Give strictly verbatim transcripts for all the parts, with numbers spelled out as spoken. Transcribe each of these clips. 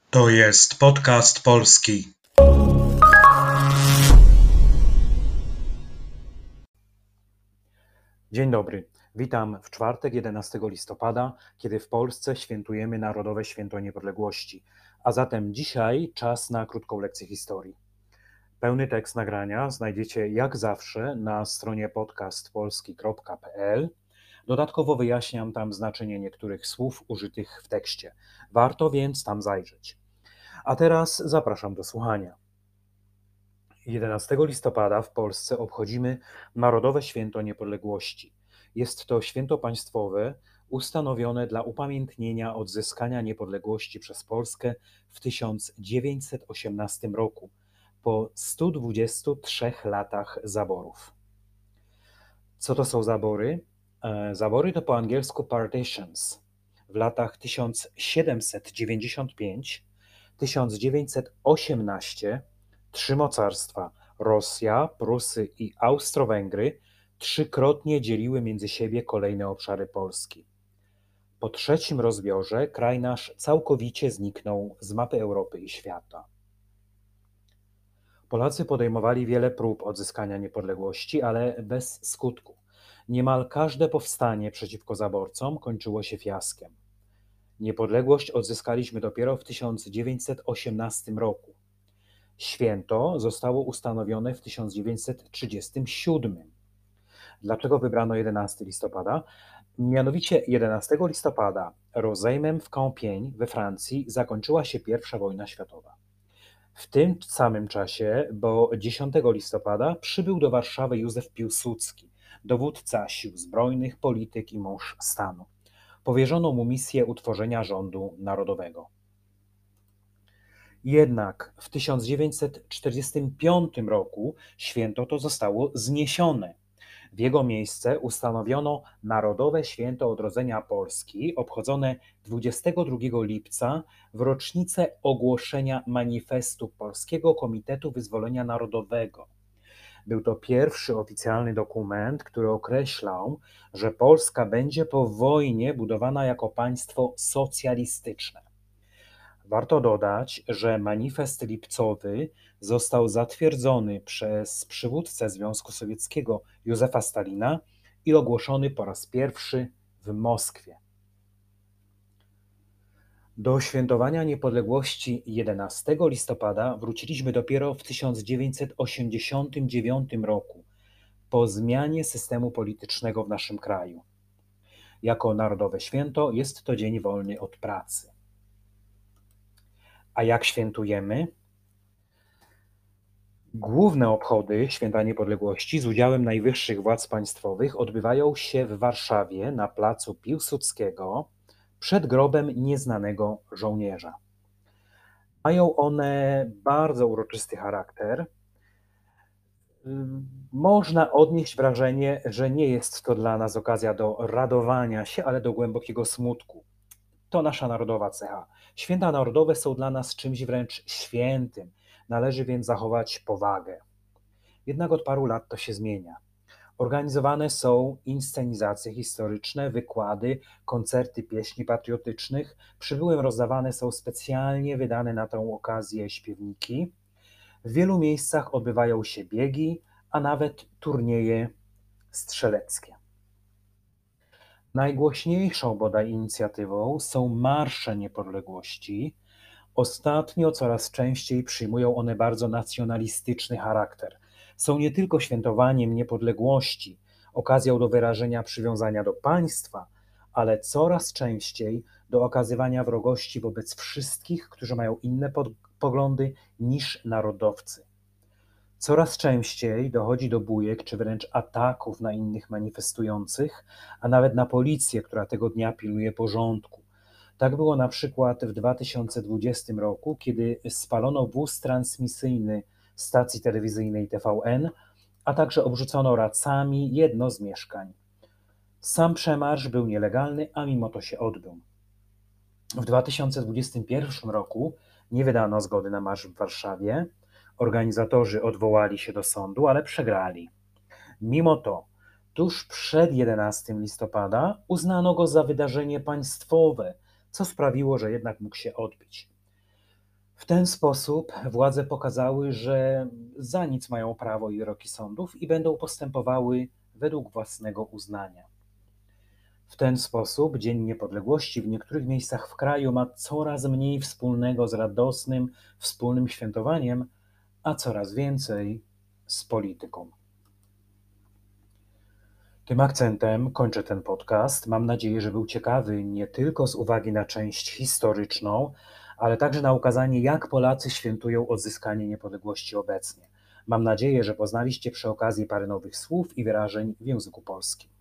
To jest podcast polski. Dzień dobry. Witam w czwartek, jedenastego listopada, kiedy w Polsce świętujemy Narodowe Święto Niepodległości. A zatem dzisiaj czas na krótką lekcję historii. Pełny tekst nagrania znajdziecie jak zawsze na stronie podcast polski kropka p l. Dodatkowo wyjaśniam tam znaczenie niektórych słów użytych w tekście. Warto więc tam zajrzeć. A teraz zapraszam do słuchania. jedenastego listopada w Polsce obchodzimy Narodowe Święto Niepodległości. Jest to święto państwowe ustanowione dla upamiętnienia odzyskania niepodległości przez Polskę w tysiąc dziewięćset osiemnastym roku, po stu dwudziestu trzech latach zaborów. Co to są zabory? Zabory to po angielsku partitions. W latach tysiąc siedemset dziewięćdziesiąt pięć do tysiąc dziewięćset osiemnaście trzy mocarstwa, Rosja, Prusy i Austro-Węgry, trzykrotnie dzieliły między siebie kolejne obszary Polski. Po trzecim rozbiorze kraj nasz całkowicie zniknął z mapy Europy i świata. Polacy podejmowali wiele prób odzyskania niepodległości, ale bez skutku. Niemal każde powstanie przeciwko zaborcom kończyło się fiaskiem. Niepodległość odzyskaliśmy dopiero w tysiąc dziewięćset osiemnastym roku. Święto zostało ustanowione w tysiąc dziewięćset trzydziestym siódmym. Dlaczego wybrano jedenastego listopada? Mianowicie jedenastego listopada rozejmem w Compiègne we Francji zakończyła się pierwsza wojna światowa. W tym samym czasie, bo dziesiątego listopada przybył do Warszawy Józef Piłsudski, dowódca sił zbrojnych, polityk i mąż stanu. Powierzono mu misję utworzenia rządu narodowego. Jednak w tysiąc dziewięćset czterdziestym piątym roku święto to zostało zniesione. W jego miejsce ustanowiono Narodowe Święto Odrodzenia Polski, obchodzone dwudziestego drugiego lipca w rocznicę ogłoszenia manifestu Polskiego Komitetu Wyzwolenia Narodowego. Był to pierwszy oficjalny dokument, który określał, że Polska będzie po wojnie budowana jako państwo socjalistyczne. Warto dodać, że manifest lipcowy został zatwierdzony przez przywódcę Związku Sowieckiego Józefa Stalina i ogłoszony po raz pierwszy w Moskwie. Do świętowania niepodległości jedenastego listopada wróciliśmy dopiero w tysiąc dziewięćset osiemdziesiątym dziewiątym roku, po zmianie systemu politycznego w naszym kraju. Jako narodowe święto jest to dzień wolny od pracy. A jak świętujemy? Główne obchody Święta Niepodległości z udziałem najwyższych władz państwowych odbywają się w Warszawie na placu Piłsudskiego przed grobem nieznanego żołnierza. Mają one bardzo uroczysty charakter. Można odnieść wrażenie, że nie jest to dla nas okazja do radowania się, ale do głębokiego smutku. To nasza narodowa cecha. Święta narodowe są dla nas czymś wręcz świętym. Należy więc zachować powagę. Jednak od paru lat to się zmienia. Organizowane są inscenizacje historyczne, wykłady, koncerty pieśni patriotycznych. Przybyłym rozdawane są specjalnie wydane na tę okazję śpiewniki. W wielu miejscach odbywają się biegi, a nawet turnieje strzeleckie. Najgłośniejszą bodaj inicjatywą są marsze niepodległości. Ostatnio coraz częściej przyjmują one bardzo nacjonalistyczny charakter. Są nie tylko świętowaniem niepodległości, okazją do wyrażenia przywiązania do państwa, ale coraz częściej do okazywania wrogości wobec wszystkich, którzy mają inne poglądy niż narodowcy. Coraz częściej dochodzi do bujek czy wręcz ataków na innych manifestujących, a nawet na policję, która tego dnia pilnuje porządku. Tak było na przykład w dwa tysiące dwudziestym roku, kiedy spalono wóz transmisyjny stacji telewizyjnej T V N, a także obrzucono racami jedno z mieszkań. Sam przemarsz był nielegalny, a mimo to się odbył. W dwa tysiące dwudziestym pierwszym roku nie wydano zgody na marsz w Warszawie. Organizatorzy odwołali się do sądu, ale przegrali. Mimo to tuż przed jedenastego listopada uznano go za wydarzenie państwowe, co sprawiło, że jednak mógł się odbyć. ten sposób władze pokazały, że za nic mają prawo i wyroki sądów i będą postępowały według własnego uznania. W ten sposób Dzień Niepodległości w niektórych miejscach w kraju ma coraz mniej wspólnego z radosnym, wspólnym świętowaniem, a coraz więcej z polityką. Tym akcentem kończę ten podcast. Mam nadzieję, że był ciekawy nie tylko z uwagi na część historyczną, ale także na ukazanie, jak Polacy świętują odzyskanie niepodległości obecnie. Mam nadzieję, że poznaliście przy okazji parę nowych słów i wyrażeń w języku polskim.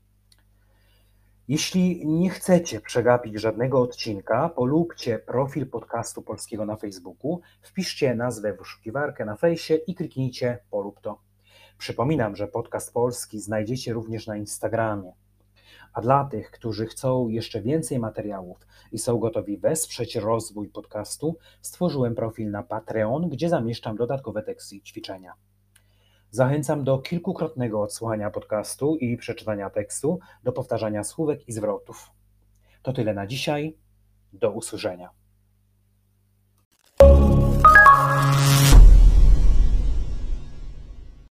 Jeśli nie chcecie przegapić żadnego odcinka, polubcie profil podcastu polskiego na Facebooku, wpiszcie nazwę w wyszukiwarkę na fejsie i kliknijcie polub to. Przypominam, że podcast polski znajdziecie również na Instagramie. A dla tych, którzy chcą jeszcze więcej materiałów i są gotowi wesprzeć rozwój podcastu, stworzyłem profil na Patreon, gdzie zamieszczam dodatkowe teksty i ćwiczenia. Zachęcam do kilkukrotnego odsłuchania podcastu i przeczytania tekstu, do powtarzania słówek i zwrotów. To tyle na dzisiaj. Do usłyszenia.